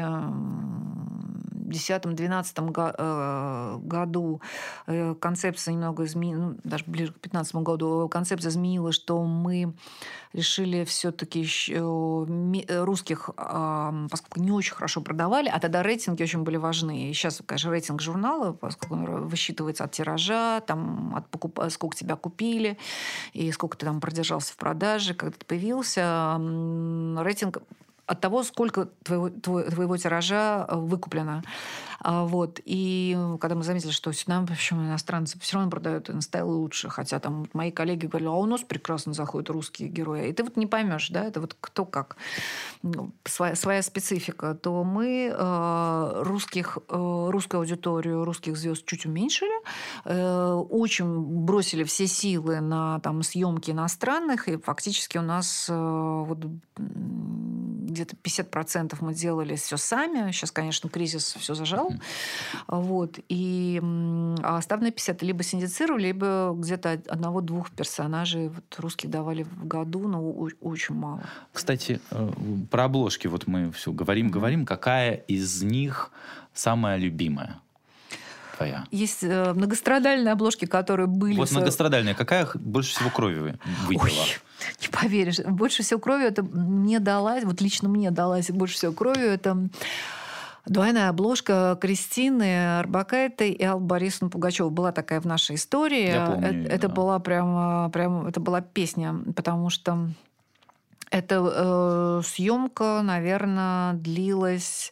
[SPEAKER 1] 2010-2012 году концепция немного изменилась, ну, даже ближе к 2015 году концепция изменилась, что мы решили все-таки русских, поскольку не очень хорошо продавали, а тогда рейтинги очень были важны. И сейчас, конечно, рейтинг журнала, поскольку он высчитывается от тиража, там, сколько тебя купили, и сколько ты там продержался в продаже, когда ты появился, рейтинг от того, сколько твоего тиража выкуплено. Вот. И когда мы заметили, что нам, почему иностранцы все равно продают инстайл лучше, хотя там мои коллеги говорили, а у нас прекрасно заходят русские герои. И ты вот не поймешь, да, это вот кто как, своя специфика, то мы русскую аудиторию, русских звезд чуть уменьшили, очень бросили все силы на там, съемки иностранных, и фактически у нас вот где-то 50% мы делали все сами. Сейчас, конечно, кризис все зажал. Вот. А оставленные 50 либо синдицировали, либо где-то 1-2 персонажей вот, русских давали в году, но очень мало.
[SPEAKER 2] Кстати, про обложки вот мы все говорим. Какая из них самая любимая твоя?
[SPEAKER 1] Есть многострадальные обложки, которые были...
[SPEAKER 2] Вот многострадальная. Какая больше всего крови выпила?
[SPEAKER 1] Ой, не поверишь. Больше всего крови это мне далась, вот лично мне далась больше всего крови, это двойная обложка Кристины Орбакайте и Аллы Борисовны Пугачевой. Была такая в нашей истории.
[SPEAKER 2] Я помню,
[SPEAKER 1] это была прям это была песня, потому что эта съемка, наверное, длилась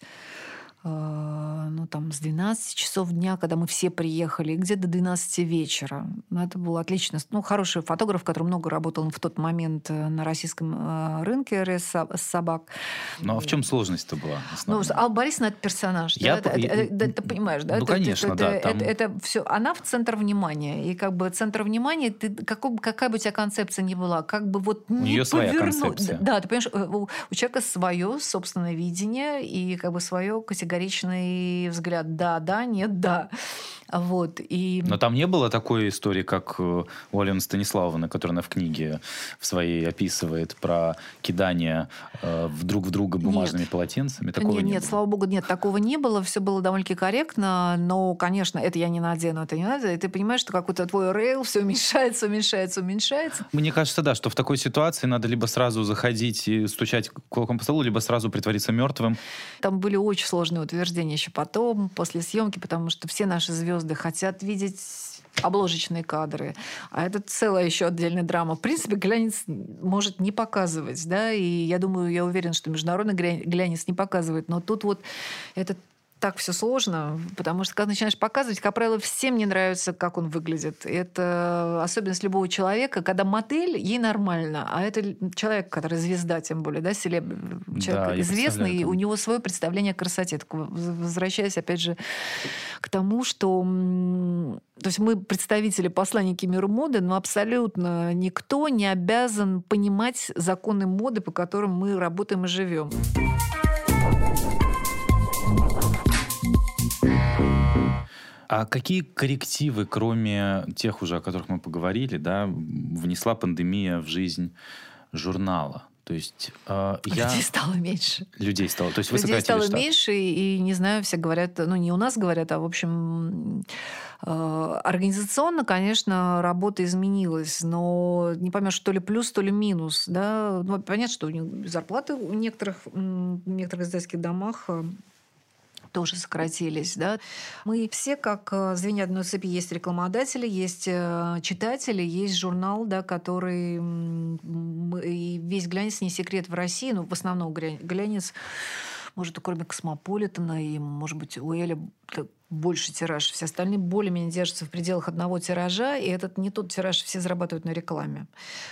[SPEAKER 1] с 12 часов дня, когда мы все приехали, и где-то до 12 вечера. Это был отлично. Хороший фотограф, который много работал в тот момент на российском рынке собак.
[SPEAKER 2] Ну, а в чем сложность-то была?
[SPEAKER 1] Алла Борисовна — это персонаж. Ты понимаешь, да?
[SPEAKER 2] Конечно, да.
[SPEAKER 1] Это все. Она в центр внимания. И как бы центр внимания, какая бы у тебя концепция ни была, как бы вот не
[SPEAKER 2] у нее своя концепция.
[SPEAKER 1] Да, ты понимаешь, у человека свое собственное видение и как бы свое категоричное взгляд. Да, нет, да. Вот,
[SPEAKER 2] Но там не было такой истории, как у Алены Станиславовны, которую она в книге в своей описывает про кидание друг в друга бумажными полотенцами? Такого не было?
[SPEAKER 1] Слава богу, нет, такого не было. Все было довольно-таки корректно, но, конечно, это я не надену, это не надо. И ты понимаешь, что какой-то твой рейл все уменьшается.
[SPEAKER 2] Мне кажется, да, что в такой ситуации надо либо сразу заходить и стучать кулаком по столу, либо сразу притвориться мертвым.
[SPEAKER 1] Там были очень сложные утверждения еще потом, после съемки, потому что все наши звезды хотят видеть обложечные кадры. А это целая еще отдельная драма. В принципе, глянец может не показывать, да, и я уверена, что международный глянец не показывает, но тут вот это так все сложно, потому что когда начинаешь показывать, как правило, всем не нравится, как он выглядит. Это особенность любого человека, когда модель, ей нормально, а это человек, который звезда, тем более, да, человек известный, и у него свое представление о красоте. Так, возвращаясь, опять же, к тому, что то есть мы представители, посланники мира моды, но абсолютно никто не обязан понимать законы моды, по которым мы работаем и живем.
[SPEAKER 2] А какие коррективы, кроме тех уже, о которых мы поговорили, да, внесла пандемия в жизнь журнала? То есть
[SPEAKER 1] людей стало меньше.
[SPEAKER 2] Людей стало, то есть вы
[SPEAKER 1] людей
[SPEAKER 2] сократили
[SPEAKER 1] стало
[SPEAKER 2] штат.
[SPEAKER 1] меньше, и не знаю, все говорят, не у нас говорят, а в общем организационно, конечно, работа изменилась, но не поймешь, то ли плюс, то ли минус, да. Понятно, что зарплаты в некоторых издательских домах тоже сократились. Да? Мы все, как звенья одной цепи, есть рекламодатели, есть читатели, есть журнал, да, который... И весь глянец не секрет в России, в основном глянец, может, кроме Космополитена и, может быть, у Эля больше тираж. Все остальные более-менее держатся в пределах одного тиража, и этот не тот тираж, все зарабатывают на рекламе.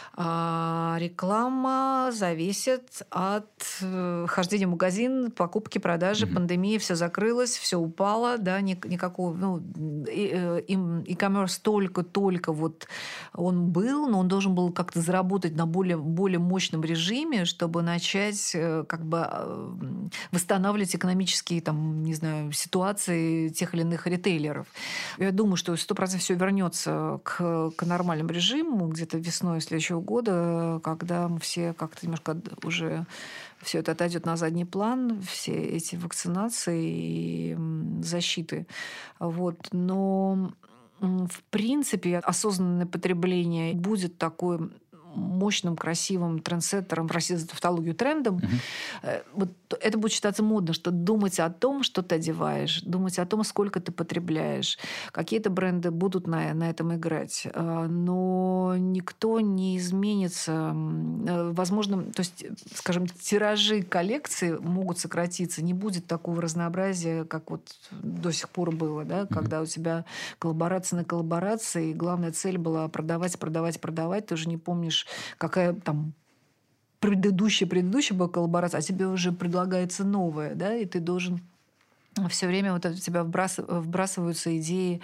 [SPEAKER 1] А реклама зависит от хождения в магазин, покупки, продажи, пандемии, все закрылось, все упало, да, никакого, ну, e-commerce только вот он был, но он должен был как-то заработать на более мощном режиме, чтобы начать как бы восстанавливать экономические, там, не знаю, ситуации тех или иных ритейлеров. Я думаю, что 100% все вернется к нормальному режиму где-то весной следующего года, когда мы все как-то немножко уже все это отойдет на задний план, все эти вакцинации и защиты. Вот. Но в принципе осознанное потребление будет такое мощным, красивым трендсеттером, простите за тавтологию, трендом, вот это будет считаться модно, что думать о том, что ты одеваешь, думать о том, сколько ты потребляешь. Какие-то бренды будут на этом играть, но никто не изменится. Возможно, то есть, скажем, тиражи коллекции могут сократиться, не будет такого разнообразия, как вот до сих пор было, да, когда у тебя коллаборация на коллаборации, и главная цель была продавать, ты уже не помнишь, какая там предыдущая была коллаборация, а тебе уже предлагается новая, да, и ты должен все время вот у тебя вбрасываются идеи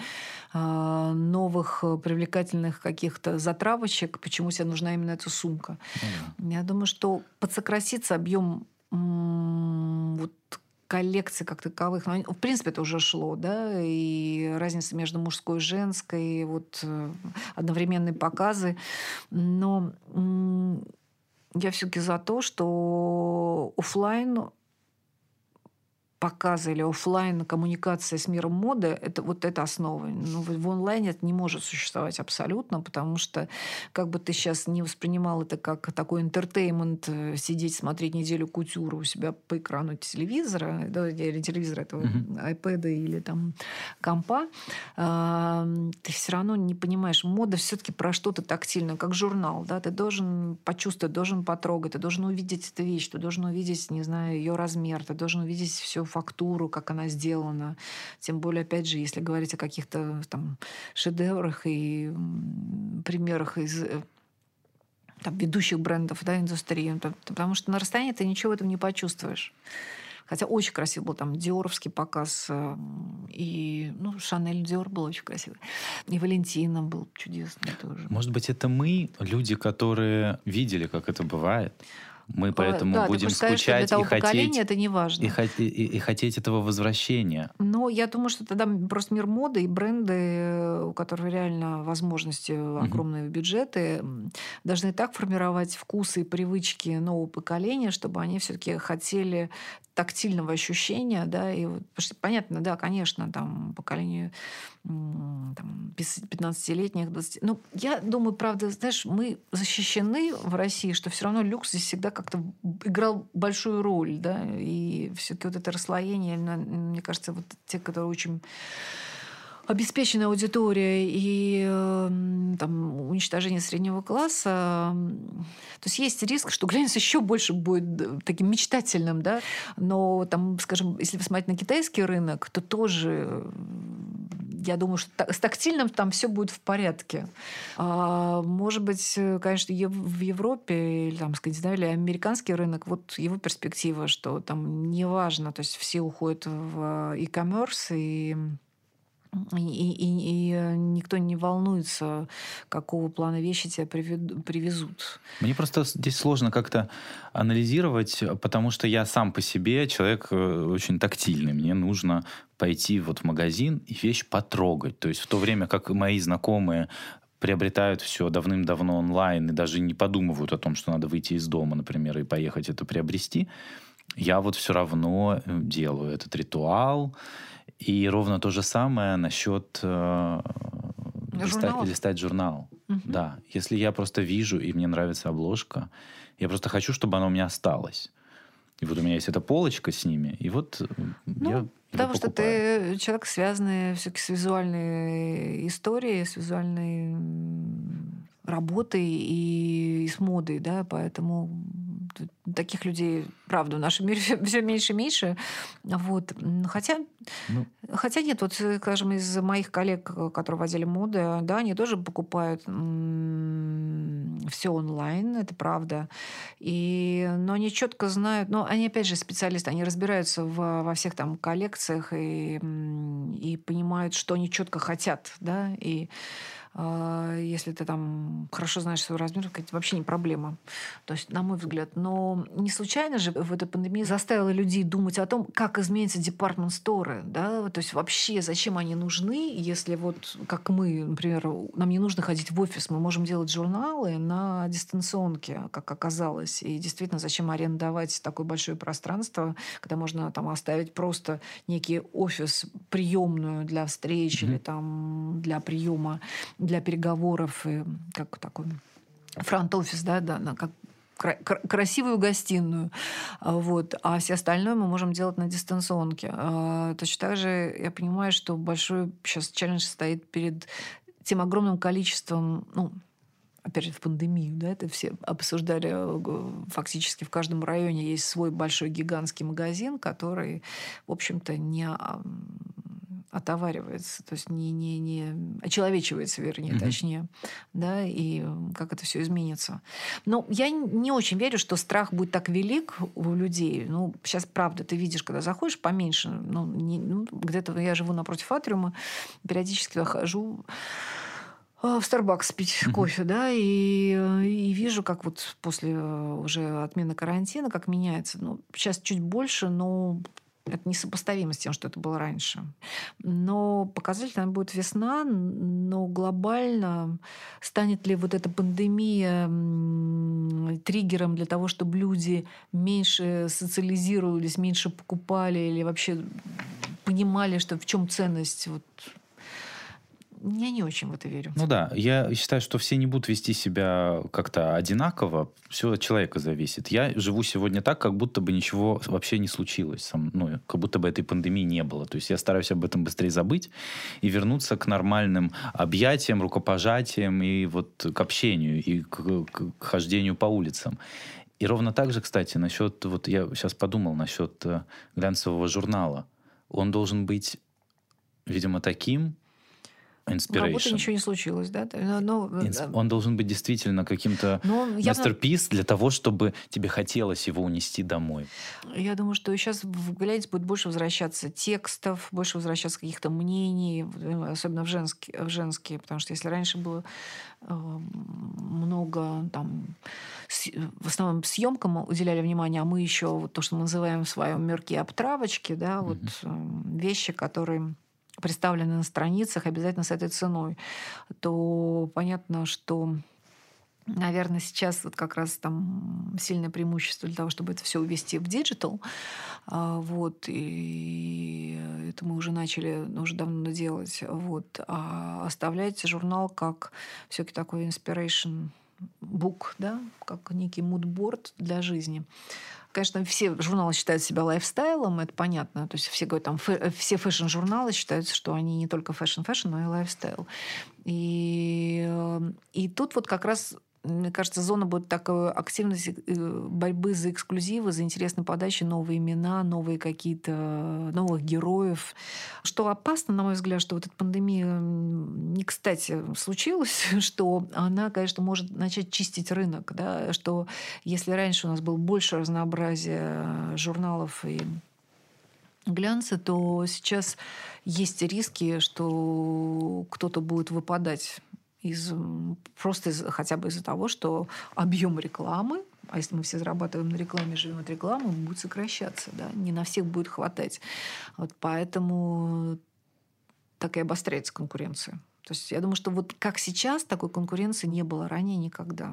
[SPEAKER 1] новых привлекательных каких-то затравочек, почему тебе нужна именно эта сумка. Я думаю, что подсократится объем вот коллекций как таковых. Но, в принципе, это уже шло, да, и разница между мужской и женской, вот одновременные показы. Но я все-таки за то, что офлайн показы или офлайн коммуникация с миром моды, это вот это основа. Ну, в онлайне это не может существовать абсолютно, потому что как бы ты сейчас не воспринимал это как такой интертеймент, сидеть, смотреть неделю кутюру у себя по экрану телевизора, да, или телевизора этого iPad или там компа, ты все равно не понимаешь. Мода все-таки про что-то тактильное, как журнал, да, ты должен почувствовать, должен потрогать, ты должен увидеть эту вещь, ты должен увидеть, не знаю, ее размер, ты должен увидеть все фактуру, как она сделана. Тем более, опять же, если говорить о каких-то там шедеврах и примерах из там, ведущих брендов, да, индустрии. Потому что на расстоянии ты ничего этого не почувствуешь. Хотя очень красивый был там диоровский показ. И, ну, Шанель Диор был очень красивый. И Валентина был чудесный тоже.
[SPEAKER 2] Может быть, это мы, люди, которые видели, как это бывает? Мы поэтому
[SPEAKER 1] да,
[SPEAKER 2] будем
[SPEAKER 1] сказать,
[SPEAKER 2] скучать
[SPEAKER 1] что для того
[SPEAKER 2] и хотеть,
[SPEAKER 1] поколения это не важно.
[SPEAKER 2] и хотеть этого возвращения.
[SPEAKER 1] Но я думаю, что тогда просто мир моды и бренды, у которых реально возможности, огромные бюджеты, должны так формировать вкусы и привычки нового поколения, чтобы они все-таки хотели тактильного ощущения, да, и вот, потому что понятно, да, конечно, там поколению там, 15-летних, 20. Ну, я думаю, правда, знаешь, мы защищены в России, что все равно люкс здесь всегда как-то играл большую роль, да, и все-таки вот это расслоение, мне кажется, вот те, которые очень обеспеченная аудитория и там, уничтожение среднего класса, то есть есть риск, что глянец еще больше будет таким мечтательным, да, но там, скажем, если посмотреть на китайский рынок, то тоже я думаю, что с тактильным там все будет в порядке. Может быть, конечно, в Европе или там Скандинавии, или американский рынок, вот его перспектива, что там неважно, то есть все уходят в e-commerce, и никто не волнуется, какого плана вещи тебя привезут.
[SPEAKER 2] Мне просто здесь сложно как-то анализировать, потому что я сам по себе человек очень тактильный. Мне нужно пойти вот в магазин и вещь потрогать. То есть в то время как мои знакомые приобретают все давным-давно онлайн и даже не подумывают о том, что надо выйти из дома, например, и поехать это приобрести, я вот все равно делаю этот ритуал. И ровно то же самое насчет листать журнал. Да. Если я просто вижу, и мне нравится обложка, я просто хочу, чтобы она у меня осталась. И вот у меня есть эта полочка с ними, и вот я
[SPEAKER 1] потому что
[SPEAKER 2] покупаю.
[SPEAKER 1] ты человек, связанный все-таки с визуальной историей, с визуальной работой и с модой, да, поэтому Таких людей, правда, в нашем мире все меньше и меньше. Вот. Хотя нет, вот, скажем, из моих коллег, которые водили моды, да, они тоже покупают все онлайн, это правда. Но они четко знают, но они, опять же, специалисты, они разбираются во всех там коллекциях и понимают, что они четко хотят, да, и если ты там хорошо знаешь свой размер, это вообще не проблема. То есть, на мой взгляд. Но не случайно же в этой пандемии заставила людей думать о том, как изменятся департмент-сторы. Да? То есть вообще зачем они нужны, если вот как мы, например, нам не нужно ходить в офис, мы можем делать журналы на дистанционке, как оказалось. И действительно, зачем арендовать такое большое пространство, когда можно там оставить просто некий офис, приемную для встреч или там для приема, для переговоров, и как такой фронт-офис, да, как красивую гостиную. Вот. А все остальное мы можем делать на дистанционке. Точно так же я понимаю, что большой сейчас челлендж стоит перед тем огромным количеством, опять же, в пандемию, да, это все обсуждали, фактически в каждом районе есть свой большой гигантский магазин, который, в общем-то, не отоваривается, то есть не очеловечивается, вернее, точнее, да, и как это все изменится. Но я не очень верю, что страх будет так велик у людей. Сейчас, правда, ты видишь, когда заходишь поменьше, где-то я живу напротив Атриума, периодически туда хожу в Starbucks пить кофе, да, и вижу, как вот после уже отмены карантина, как меняется. Сейчас чуть больше, но это несопоставимо с тем, что это было раньше. Но показательно будет весна, но глобально станет ли вот эта пандемия триггером для того, чтобы люди меньше социализировались, меньше покупали или вообще понимали, что в чем ценность? Вот. Я не очень в это верю.
[SPEAKER 2] Я считаю, что все не будут вести себя как-то одинаково. Все от человека зависит. Я живу сегодня так, как будто бы ничего вообще не случилось со мной. Как будто бы этой пандемии не было. То есть я стараюсь об этом быстрее забыть и вернуться к нормальным объятиям, рукопожатиям и вот к общению, и к хождению по улицам. И ровно так же, кстати, насчет... Вот я сейчас подумал насчет глянцевого журнала. Он должен быть, видимо, таким...
[SPEAKER 1] Работы ничего не случилось, да?
[SPEAKER 2] Он должен быть действительно каким-то мастерпис для того, чтобы тебе хотелось его унести домой.
[SPEAKER 1] Я думаю, что сейчас в глянец будет больше возвращаться текстов, больше возвращаться каких-то мнений, особенно в женские, потому что если раньше было много там, в основном съемкам уделяли внимание, а мы еще вот то, что мы называем в своем мирке обтравочки, да, вот вещи, которые представлены на страницах обязательно с этой ценой, то понятно, что, наверное, сейчас вот как раз там сильное преимущество для того, чтобы это все увести в диджитал. Вот, и это мы уже начали уже давно делать. Вот. А оставлять журнал как все-таки такой inspiration book, да, как некий мудборд для жизни. Конечно, все журналы считают себя лайфстайлом, это понятно. То есть все говорят, там, все фэшн-журналы считаются, что они не только фэшн, но и лайфстайл. И тут вот как раз, мне кажется, зона будет такой активности борьбы за эксклюзивы, за интересные подачи, новые имена, новые какие-то, новых героев. Что опасно, на мой взгляд, что вот эта пандемия не кстати случилась, что она, конечно, может начать чистить рынок. Да? Что если раньше у нас было больше разнообразия журналов и глянца, то сейчас есть риски, что кто-то будет выпадать хотя бы из-за того, что объем рекламы, а если мы все зарабатываем на рекламе, живем от рекламы, будет сокращаться. Да? Не на всех будет хватать. Вот поэтому так и обостряется конкуренция. То есть я думаю, что вот как сейчас, такой конкуренции не было ранее никогда.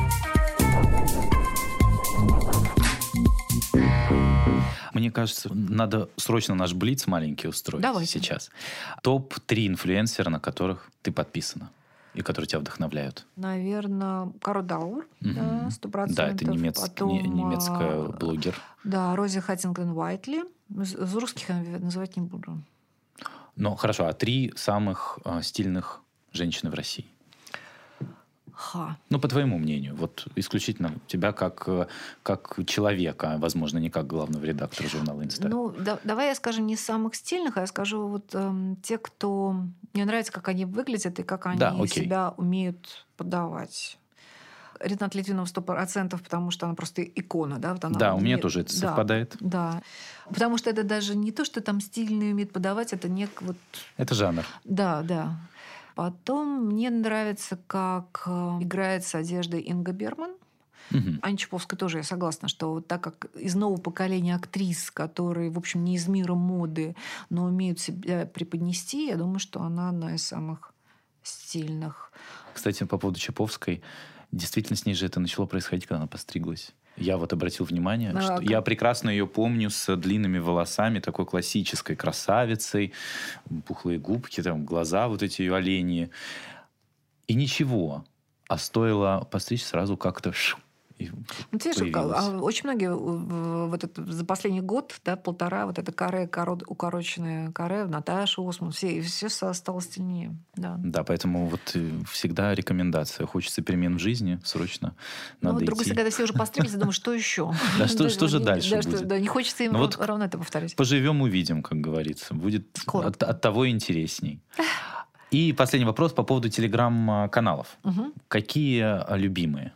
[SPEAKER 2] Мне кажется, надо срочно наш блиц маленький устроить.
[SPEAKER 1] Давайте.
[SPEAKER 2] Сейчас. Топ-3 инфлюенсера, на которых ты подписана и которые тебя вдохновляют.
[SPEAKER 1] Наверное, Каро Дауэр, 100%.
[SPEAKER 2] Да, это немецкая блогер.
[SPEAKER 1] Да, Рози Хаттингтон-Уайтли. Из русских я называть не буду.
[SPEAKER 2] Ну, хорошо. А 3 самых стильных женщины в России? Ну, по твоему мнению, вот исключительно тебя как человека, возможно, не как главного редактора журнала «Инста».
[SPEAKER 1] Ну, давай я скажу не самых стильных, а я скажу вот те, кто... Мне нравится, как они выглядят и как они себя умеют подавать. Ренат Литвинов 100%, потому что она просто икона. Да, вот она
[SPEAKER 2] у меня тоже это совпадает.
[SPEAKER 1] Да. Потому что это даже не то, что там стильно умеет подавать, это вот...
[SPEAKER 2] Это жанр.
[SPEAKER 1] Да. Потом мне нравится, как играет с одеждой Инга Берман. Аня Чаповская тоже, я согласна, что вот так как из нового поколения актрис, которые, в общем, не из мира моды, но умеют себя преподнести, я думаю, что она одна из самых стильных.
[SPEAKER 2] Кстати, по поводу Чаповской, действительно, с ней же это начало происходить, когда она постриглась. Я вот обратил внимание, что я прекрасно ее помню с длинными волосами, такой классической красавицей, пухлые губки, там, глаза вот эти ее оленьи. И ничего. А стоило постричь, сразу как-то
[SPEAKER 1] Ну, ты видишь, очень многие вот это, за последний год, да, полтора, вот это каре, укороченное каре, Наташа Осман, все стало стильнее.
[SPEAKER 2] Да, поэтому вот всегда рекомендация. Хочется перемен в жизни, срочно надо идти.
[SPEAKER 1] Другой, когда все уже постриглись, думаешь, что еще?
[SPEAKER 2] Да, что же дальше будет?
[SPEAKER 1] Да, не хочется им ровно это повторять.
[SPEAKER 2] Поживем, увидим, как говорится. Будет от того интересней. И последний вопрос по поводу телеграм-каналов. Какие любимые?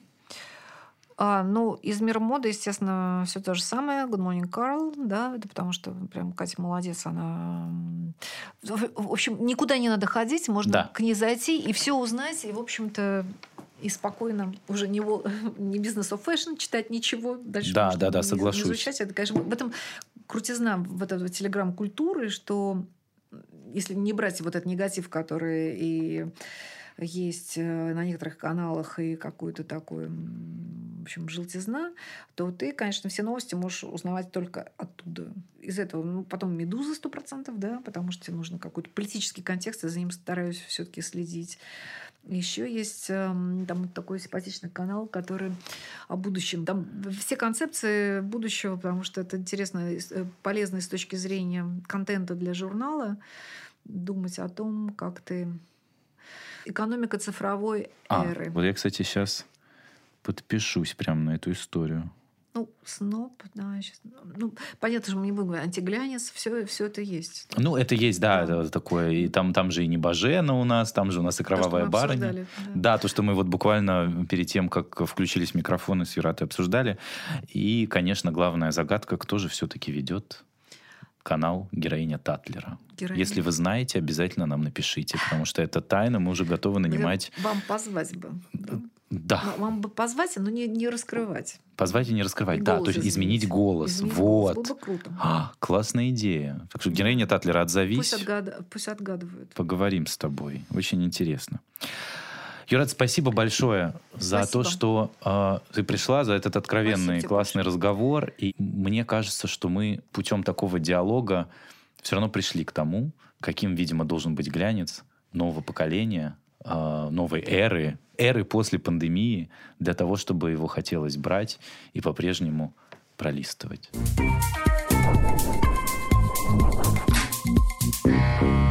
[SPEAKER 1] Из мира моды, естественно, все то же самое. Good Morning Carl, да, это потому что прям Катя молодец, она... В общем, никуда не надо ходить, можно к ней зайти и все узнать, и, в общем-то, и спокойно уже не бизнес of fashion читать ничего. Дальше
[SPEAKER 2] соглашусь.
[SPEAKER 1] Не изучать. Это, конечно, в этом крутизна вот этой телеграм-культуры, что если не брать вот этот негатив, который и есть на некоторых каналах, и какую-то такую, в общем, желтизна, то ты, конечно, все новости можешь узнавать только оттуда. Из этого. Потом «Медуза» 100%, да, потому что тебе нужно какой-то политический контекст, я за ним стараюсь все-таки следить. Еще есть там такой симпатичный канал, который о будущем. Там все концепции будущего, потому что это интересно, полезно с точки зрения контента для журнала, думать о том, как ты... Экономика цифровой эры.
[SPEAKER 2] Вот я, кстати, сейчас подпишусь прямо на эту историю.
[SPEAKER 1] СНОП, да. Сейчас, понятно, что мы не будем говорить, антиглянец, все это есть.
[SPEAKER 2] Это есть, да, это такое. И там же и Небожена у нас, там же у нас и Кровавая барыня. Да, то, что мы вот буквально перед тем, как включились микрофоны с Юратой обсуждали. И, конечно, главная загадка, кто же все-таки ведет канал «Героиня Татлера». Если вы знаете, обязательно нам напишите, потому что это тайна, мы уже готовы нанимать...
[SPEAKER 1] Вам позвать бы.
[SPEAKER 2] Да.
[SPEAKER 1] Вам бы позвать, но не раскрывать.
[SPEAKER 2] Позвать и не раскрывать, да. То есть изменить голос. Вот.
[SPEAKER 1] Было бы круто.
[SPEAKER 2] Классная идея. Так что «Героиня Татлера», отзовись.
[SPEAKER 1] Пусть отгадывают.
[SPEAKER 2] Поговорим с тобой. Очень интересно. Юрат, спасибо большое за то, что ты пришла, за этот откровенный, классный разговор. И мне кажется, что мы путем такого диалога все равно пришли к тому, каким, видимо, должен быть глянец нового поколения, новой эры после пандемии, для того, чтобы его хотелось брать и по-прежнему пролистывать.